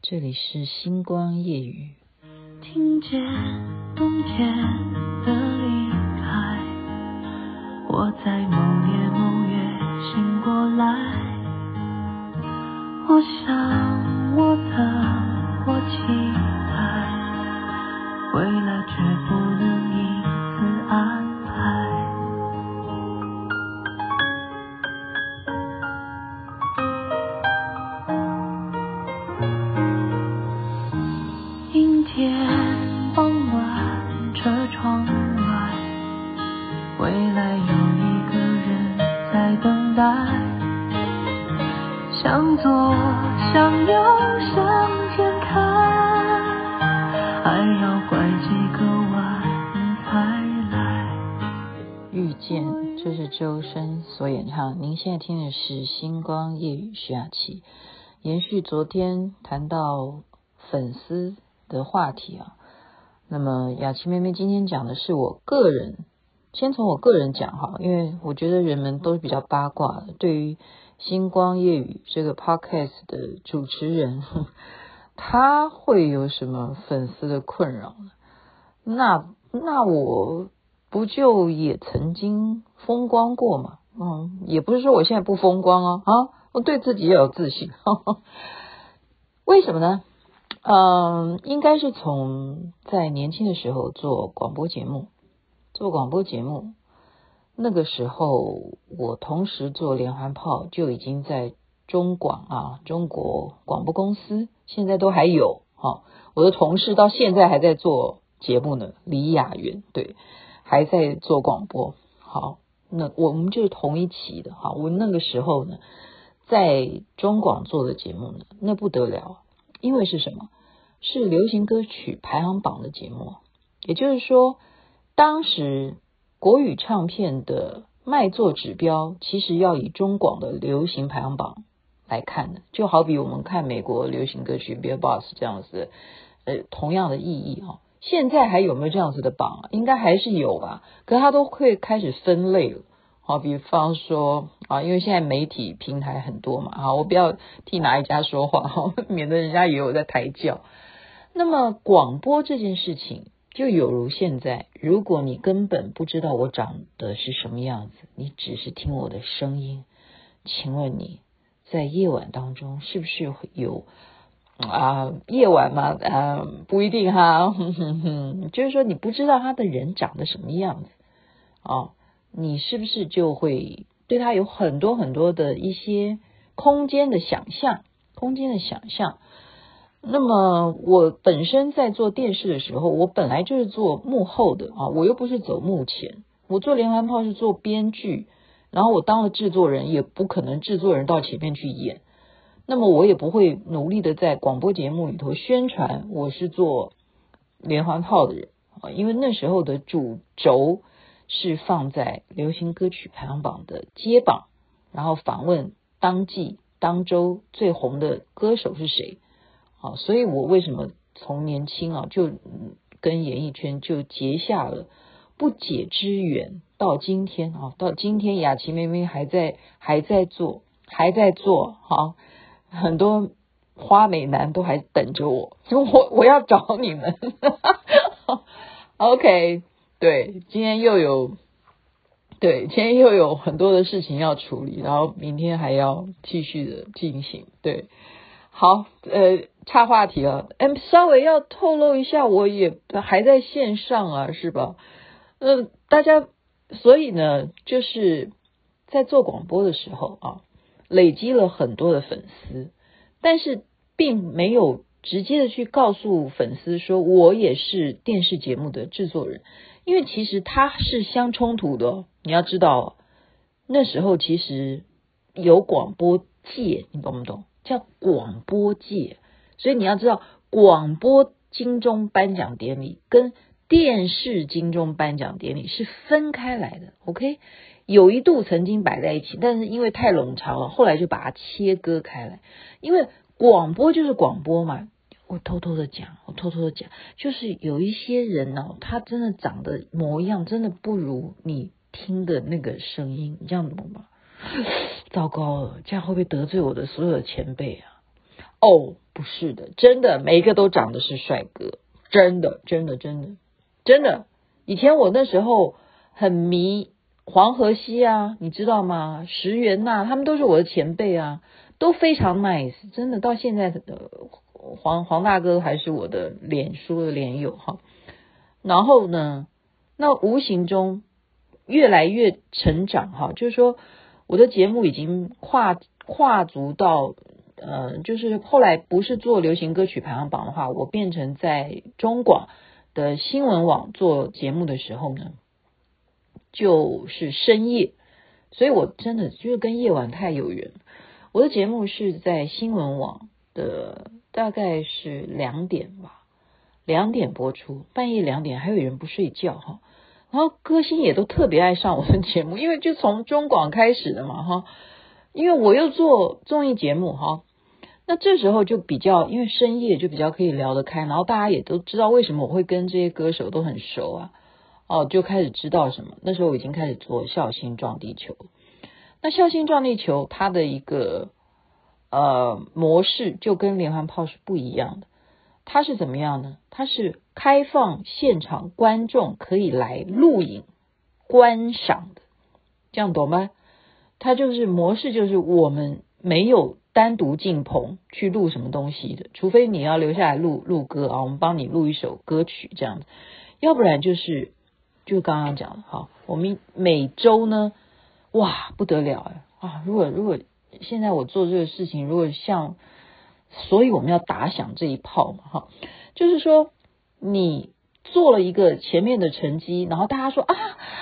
这里是星光夜语。 听见冬天的离开，我在某年某月醒过来，我想我的我期待，未来绝不能因此安排。阴天傍晚，车窗外，未来有一个人在等待，向左向右向前看，还要拐几个弯才来。 遇见，这是周深所演唱。您现在听的是星光夜语，徐雅琪。延续昨天谈到粉丝的话题啊，那么雅琪妹妹今天讲的是我个人，先从我个人讲哈，因为我觉得人们都是比较八卦的，对于星光夜语这个 podcast 的主持人，他会有什么粉丝的困扰呢？那我不就也曾经风光过嘛？也不是说我现在不风光哦，我对自己也有自信。为什么呢？应该是从在年轻的时候做广播节目，那个时候我同时做连环炮，就已经在中国广播公司，现在都还有我的同事到现在还在做节目呢，李雅媛，对，还在做广播。好，那我们就是同一期的。好，我那个时候呢在中广做的节目呢，那不得了，因为是什么？是流行歌曲排行榜的节目，也就是说当时国语唱片的卖座指标其实要以中广的流行排行榜来看的，就好比我们看美国流行歌曲 Billboard 这样子的同样的意义现在还有没有这样子的榜应该还是有吧，可是它都会开始分类了。好，比方说因为现在媒体平台很多嘛，我不要替哪一家说话免得人家也有在抬轿。那么广播这件事情就有如现在，如果你根本不知道我长得是什么样子，你只是听我的声音，请问你在夜晚当中是不是有夜晚嘛不一定哈就是说你不知道他的人长得什么样子你是不是就会对他有很多很多的一些空间的想象。那么我本身在做电视的时候，我本来就是做幕后的我又不是走幕前，我做连环炮是做编剧，然后我当了制作人，也不可能制作人到前面去演，那么我也不会努力的在广播节目里头宣传我是做连环炮的人因为那时候的主轴是放在流行歌曲排行榜的揭榜，然后访问当季当周最红的歌手是谁所以我为什么从年轻就跟演艺圈就结下了不解之缘，到今天雅琪妹妹还在做很多花美男都还等着我要找你们OK， 对，今天又有很多的事情要处理，然后明天还要继续的进行。对，好，岔话题了，稍微要透露一下，我也还在线上是吧？大家，所以呢，就是在做广播的时候累积了很多的粉丝，但是并没有直接的去告诉粉丝说我也是电视节目的制作人，因为其实它是相冲突的你要知道那时候其实有广播界，你懂不懂？叫广播界，所以你要知道广播金钟颁奖典礼跟电视金钟颁奖典礼是分开来的 OK， 有一度曾经摆在一起，但是因为太冗长了，后来就把它切割开来。因为广播就是广播嘛，我偷偷的讲，就是有一些人他真的长得模样真的不如你听的那个声音，你这样懂吗？糟糕了，这样会不会得罪我的所有的前辈不是的，真的每一个都长得是帅哥，真的。以前我那时候很迷黄河西啊，你知道吗？石原呐，他们都是我的前辈啊，都非常 nice， 真的到现在黄大哥还是我的脸书的脸友哈。然后呢，那无形中越来越成长哈，就是说我的节目已经跨足到就是后来不是做流行歌曲排行榜的话，我变成在中广的新闻网做节目的时候呢，就是深夜，所以我真的就是跟夜晚太有缘。我的节目是在新闻网的大概是2点吧，2点播出，半夜2点还有人不睡觉哈。然后歌星也都特别爱上我的节目，因为就从中广开始的嘛哈，因为我又做综艺节目哈，那这时候就比较，因为深夜就比较可以聊得开，然后大家也都知道为什么我会跟这些歌手都很熟啊，就开始知道什么，那时候我已经开始做笑星撞地球。那笑星撞地球它的一个模式就跟连环炮是不一样的，它是怎么样呢？它是开放现场观众可以来录影观赏的，这样懂吗？它就是模式，就是我们没有单独进棚去录什么东西的，除非你要留下来录歌啊，我们帮你录一首歌曲这样子，要不然就刚刚讲的哈，我们每周呢，哇不得了啊！如果现在我做这个事情，如果像，所以我们要打响这一炮嘛哈，就是说你做了一个前面的成绩，然后大家说啊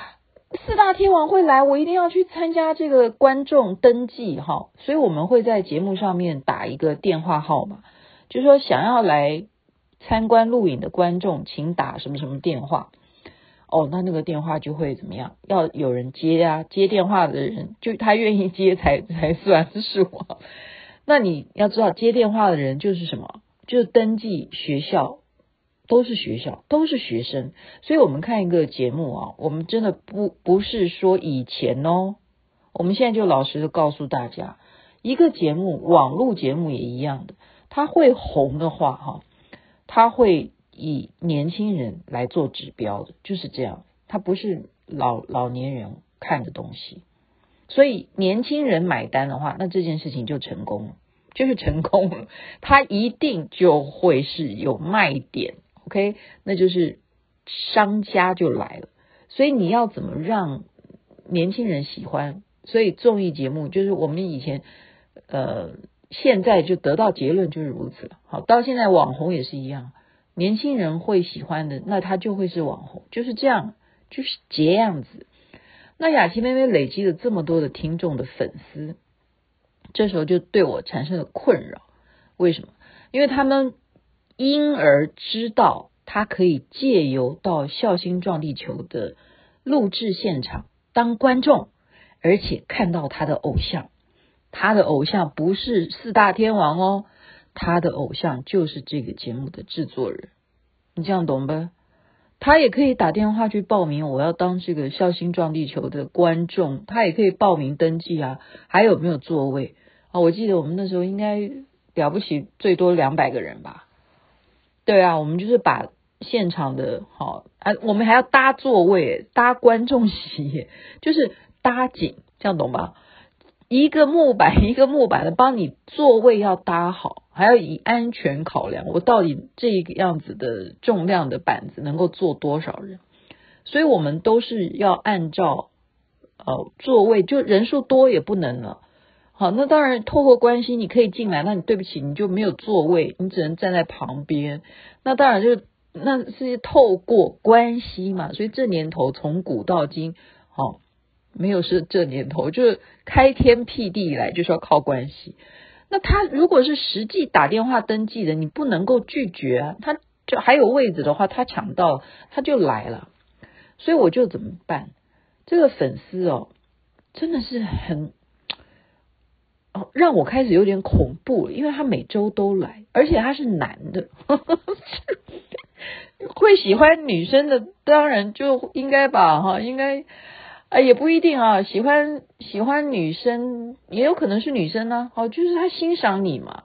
，4大天王会来，我一定要去参加这个观众登记哈，所以我们会在节目上面打一个电话号码，就是说想要来参观录影的观众，请打什么什么电话。那个电话就会怎么样？要有人接啊，接电话的人就他愿意接才算是我。那你要知道，接电话的人就是什么？就是登记学校，都是学校，都是学生。所以我们看一个节目啊，我们真的不是说以前我们现在就老实的告诉大家，一个节目，网络节目也一样的，它会红的话它会以年轻人来做指标的，就是这样，它不是老年人看的东西。所以年轻人买单的话，那这件事情就成功了，就是成功了，它一定就会是有卖点 OK， 那就是商家就来了。所以你要怎么让年轻人喜欢？所以综艺节目就是我们以前现在就得到结论就是如此了。好，到现在网红也是一样，年轻人会喜欢的，那他就会是网红，就是这样，就是这样子。那雅琪妹妹累积了这么多的听众的粉丝，这时候就对我产生了困扰。为什么？因为他们因而知道他可以借由到笑星撞地球的录制现场当观众，而且看到他的偶像。他的偶像不是4大天王他的偶像就是这个节目的制作人。你这样懂吧？他也可以打电话去报名，我要当这个笑星撞地球的观众，他也可以报名登记啊，还有没有座位我记得我们那时候应该了不起最多200个人吧。对啊，我们就是把现场的我们还要搭座位，搭观众席，就是搭景，这样懂吧？一个木板一个木板的帮你座位要搭好，还要以安全考量，我到底这个样子的重量的板子能够坐多少人，所以我们都是要按照座位，就人数多也不能了。好，那当然透过关系你可以进来，那你对不起你就没有座位，你只能站在旁边，那当然那是透过关系嘛。所以这年头从古到今没有是这年头，就是开天辟地以来就是要靠关系。那他如果是实际打电话登记的，你不能够拒绝啊，他就还有位置的话，他抢到他就来了。所以我就怎么办？这个粉丝真的是很让我开始有点恐怖了，因为他每周都来，而且他是男的会喜欢女生的当然就应该吧应该也不一定喜欢女生也有可能是女生就是他欣赏你嘛，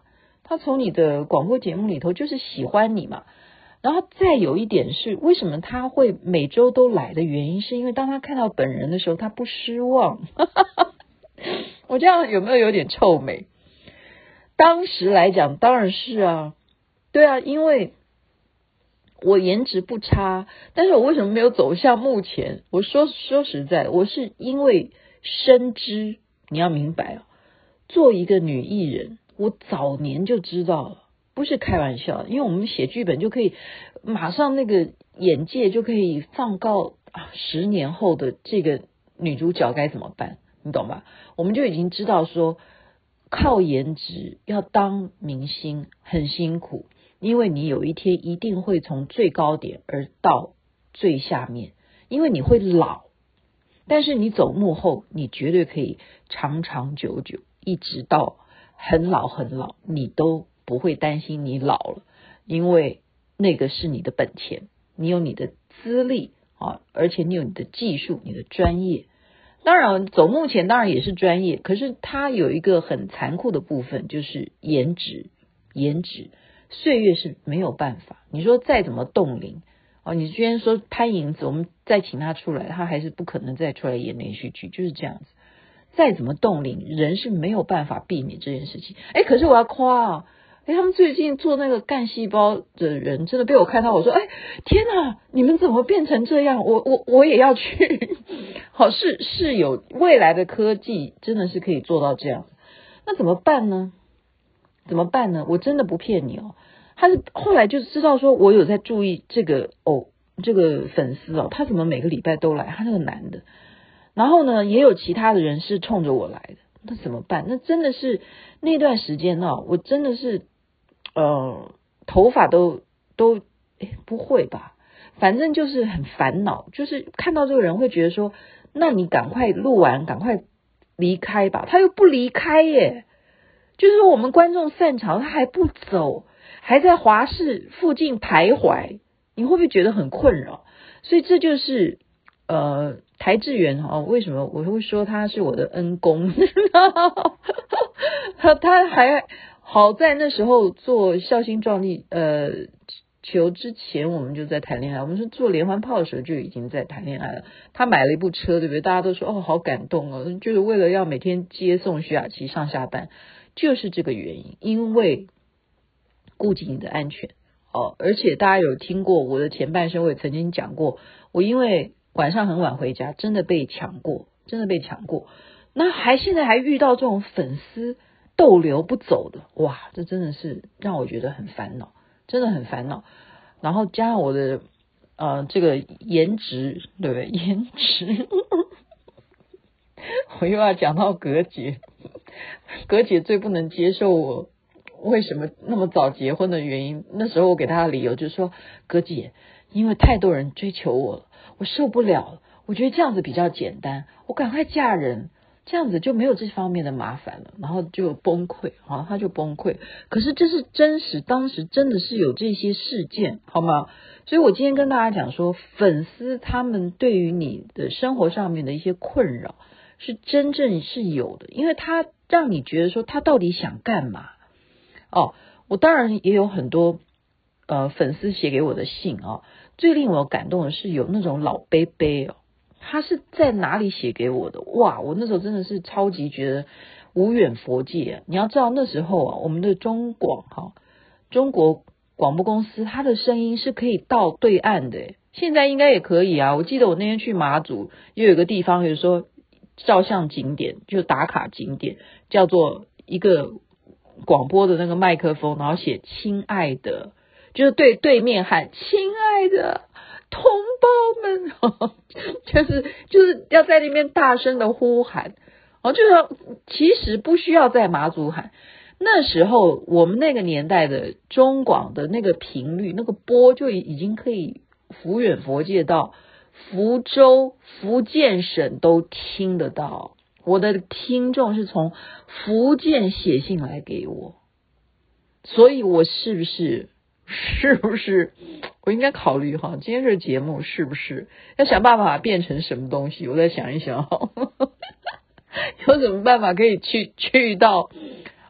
他从你的广播节目里头就是喜欢你嘛。然后再有一点是，为什么他会每周都来的原因，是因为当他看到本人的时候，他不失望。我这样有没有点臭美？当时来讲当然是啊，对啊，因为我颜值不差，但是我为什么没有走向目前？我说实在，我是因为深知，你要明白做一个女艺人，我早年就知道了，不是开玩笑，因为我们写剧本就可以马上那个眼界就可以放到10年后的这个女主角该怎么办，你懂吧？我们就已经知道说靠颜值要当明星很辛苦，因为你有一天一定会从最高点而到最下面，因为你会老，但是你走幕后，你绝对可以长长久久，一直到很老很老，你都不会担心你老了，因为那个是你的本钱，你有你的资历而且你有你的技术，你的专业。当然走幕前当然也是专业，可是它有一个很残酷的部分，就是颜值。岁月是没有办法，你说再怎么冻龄你居然说潘迎紫，我们再请他出来，他还是不可能再出来演连续剧，就是这样子。再怎么冻龄，人是没有办法避免这件事情。可是我要夸他们最近做那个干细胞的人真的被我看到，我说天哪，你们怎么变成这样，我也要去。好，是有未来的科技真的是可以做到这样，那怎么办呢？我真的不骗你他是后来就知道说我有在注意这个粉丝他怎么每个礼拜都来，他那个男的，然后呢也有其他的人是冲着我来的，那怎么办？那真的是那段时间我真的是头发都不会吧，反正就是很烦恼，就是看到这个人会觉得说，那你赶快录完赶快离开吧，他又不离开耶，就是说我们观众散场他还不走，还在华视附近徘徊，你会不会觉得很困扰？所以这就是台志远为什么我会说他是我的恩公他还好在那时候做孝心壮丽球之前我们就在谈恋爱，我们是做连环炮的时候就已经在谈恋爱了。他买了一部车，对不对？大家都说好感动就是为了要每天接送徐雅琪上下班，就是这个原因，因为顾及你的安全而且大家有听过我的前半生，我也曾经讲过，我因为晚上很晚回家，真的被抢过。那现在还遇到这种粉丝逗留不走的，哇，这真的是让我觉得很烦恼，真的很烦恼。然后加上我的这个颜值，对不对？颜值我又要讲到葛姐最不能接受我为什么那么早结婚的原因。那时候我给她的理由就是说，葛姐因为太多人追求我了，我受不了了，我觉得这样子比较简单，我赶快嫁人，这样子就没有这方面的麻烦了，然后就崩溃他就崩溃。可是这是真实，当时真的是有这些事件，好吗？所以我今天跟大家讲说，粉丝他们对于你的生活上面的一些困扰是真正是有的，因为他让你觉得说他到底想干嘛我当然也有很多粉丝写给我的信最令我感动的是有那种老伯伯他是在哪里写给我的？哇，我那时候真的是超级觉得无远佛界你要知道那时候我们的中国广播公司，它的声音是可以到对岸的现在应该也可以我记得我那天去马祖，又有个地方，比如说照相景点，就打卡景点，叫做一个广播的那个麦克风，然后写亲爱的，就是对面喊亲爱的同胞们就是要在那边大声的呼喊就是其实不需要在马祖喊，那时候我们那个年代的中广的那个频率那个波就已经可以幅远佛界到福州福建省都听得到，我的听众是从福建写信来给我，所以我是不是我应该考虑今天这个节目是不是要想办法变成什么东西，我再想一想有什么办法可以去到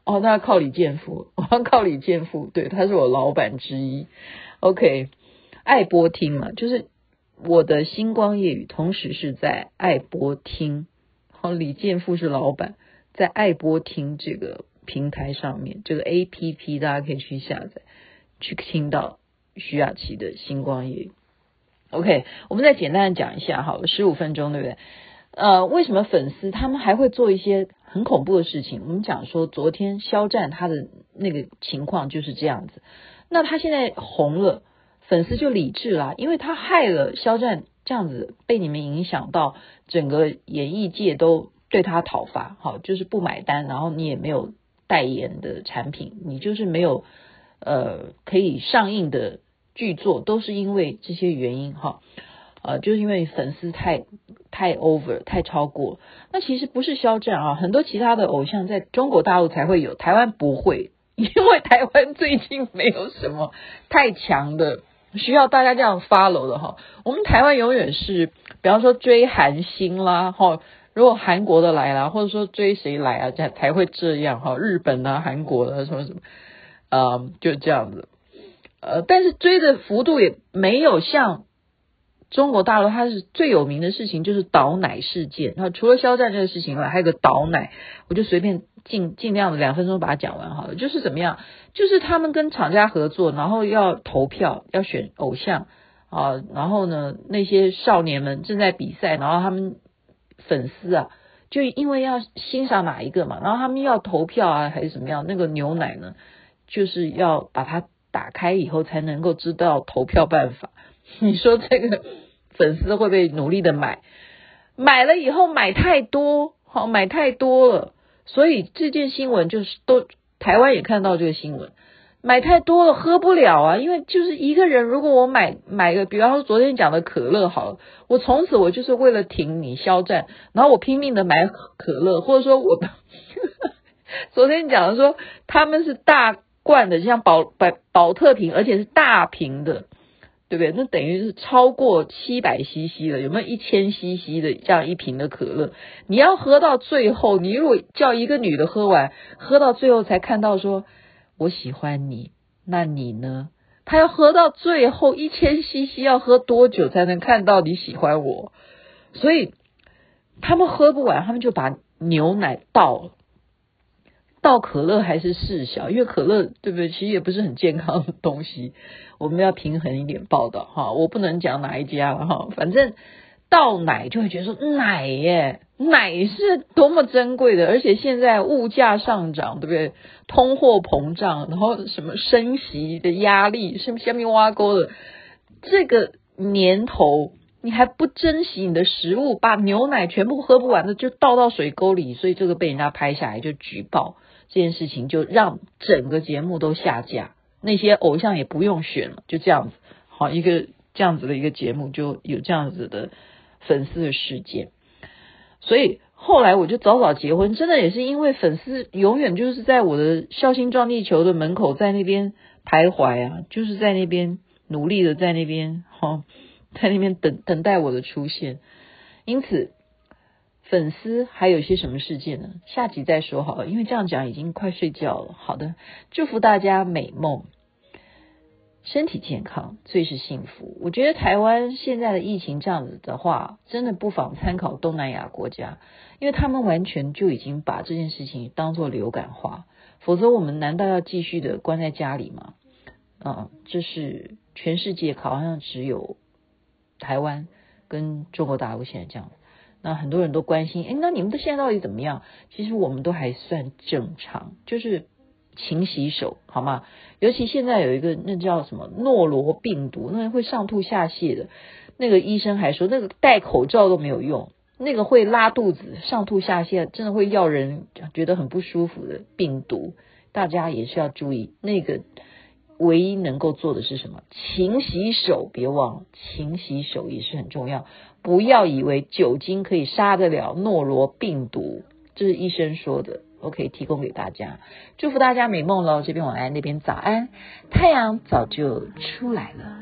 哦，那要靠李健富，我要靠李健富，对，他是我老板之一。OK， 爱播听嘛，就是我的星光夜语同时是在爱播听，李健富是老板，在爱播听这个平台上面，这个 APP 大家可以去下载，去听到徐雅琪的星光夜语。OK， 我们再简单的讲一下好了，15分钟对不对？为什么粉丝他们还会做一些很恐怖的事情？我们讲说昨天肖战他的那个情况就是这样子，那他现在红了，粉丝就理智啦，因为他害了肖战这样子被你们影响到，整个演艺界都对他讨伐，好，就是不买单，然后你也没有代言的产品，你就是没有可以上映的剧作，都是因为这些原因哈。就是因为粉丝太 over 太超过，那其实不是肖战啊，很多其他的偶像在中国大陆才会有，台湾不会，因为台湾最近没有什么太强的需要大家这样 follow 的哈。我们台湾永远是，比方说追韩星啦哈，如果韩国的来啦，或者说追谁来啊，才会这样哈，日本啊、韩国的什么什么，就这样子。但是追的幅度也没有像中国大陆，它是最有名的事情就是倒奶事件。然后除了肖战这个事情外，还有个倒奶，我就随便尽量的2分钟把它讲完好了。就是怎么样？就是他们跟厂家合作，然后要投票，要选偶像啊。然后呢，那些少年们正在比赛，然后他们粉丝啊，就因为要欣赏哪一个嘛，然后他们要投票啊，还是怎么样？那个牛奶呢，就是要把它打开以后才能够知道投票办法。你说这个粉丝会不会努力的买了以后买太多，好，买太多了，所以这件新闻就是都台湾也看到这个新闻，买太多了喝不了啊，因为就是一个人，如果我买个，比方说昨天讲的可乐好了，我从此我就是为了挺你肖战，然后我拼命的买可乐，或者说我昨天讲的说他们是大罐的，像保特瓶，而且是大瓶的。对不对？那等于是超过700cc 了，有没有1000cc 的这样一瓶的可乐？你要喝到最后，你如果叫一个女的喝完，喝到最后才看到说我喜欢你，那你呢？她要喝到最后1000cc 要喝多久才能看到你喜欢我？所以他们喝不完，他们就把牛奶倒了。倒可乐还是事小，因为可乐对不对？其实也不是很健康的东西，我们要平衡一点报道哈。我不能讲哪一家了哈，反正倒奶就会觉得说奶耶，奶是多么珍贵的，而且现在物价上涨，对不对？通货膨胀，然后什么升息的压力，什么下面挖沟的，这个年头你还不珍惜你的食物，把牛奶全部喝不完的就倒到水沟里，所以这个被人家拍下来就举报。这件事情就让整个节目都下架，那些偶像也不用选了，就这样子，好一个这样子的一个节目就有这样子的粉丝的事件。所以后来我就早结婚，真的也是因为粉丝永远就是在我的孝心撞地球的门口在那边徘徊啊，就是在那边努力的在那边在那边等待我的出现。因此粉丝还有一些什么事件呢？下集再说好了，因为这样讲已经快睡觉了。好的，祝福大家美梦，身体健康最是幸福。我觉得台湾现在的疫情这样子的话，真的不妨参考东南亚国家，因为他们完全就已经把这件事情当作流感化，否则我们难道要继续的关在家里吗？这是全世界好像只有台湾跟中国大陆现在这样。那很多人都关心，那你们的现在到底怎么样？其实我们都还算正常，就是勤洗手，好吗？尤其现在有一个那叫什么诺罗病毒，那会上吐下泻的，那个医生还说那个戴口罩都没有用，那个会拉肚子、上吐下泻，真的会要人觉得很不舒服的病毒，大家也是要注意。那个唯一能够做的是什么？勤洗手，别忘了，勤洗手也是很重要。不要以为酒精可以杀得了诺罗病毒，这是医生说的。OK， 提供给大家，祝福大家美梦咯。这边晚安，那边早安，太阳早就出来了。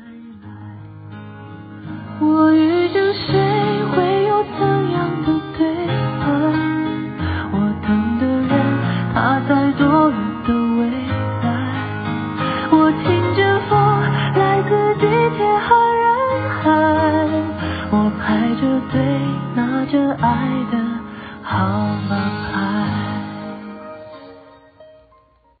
我遇见谁会有怎样的对白？我等的人他在多远？ 着爱的号码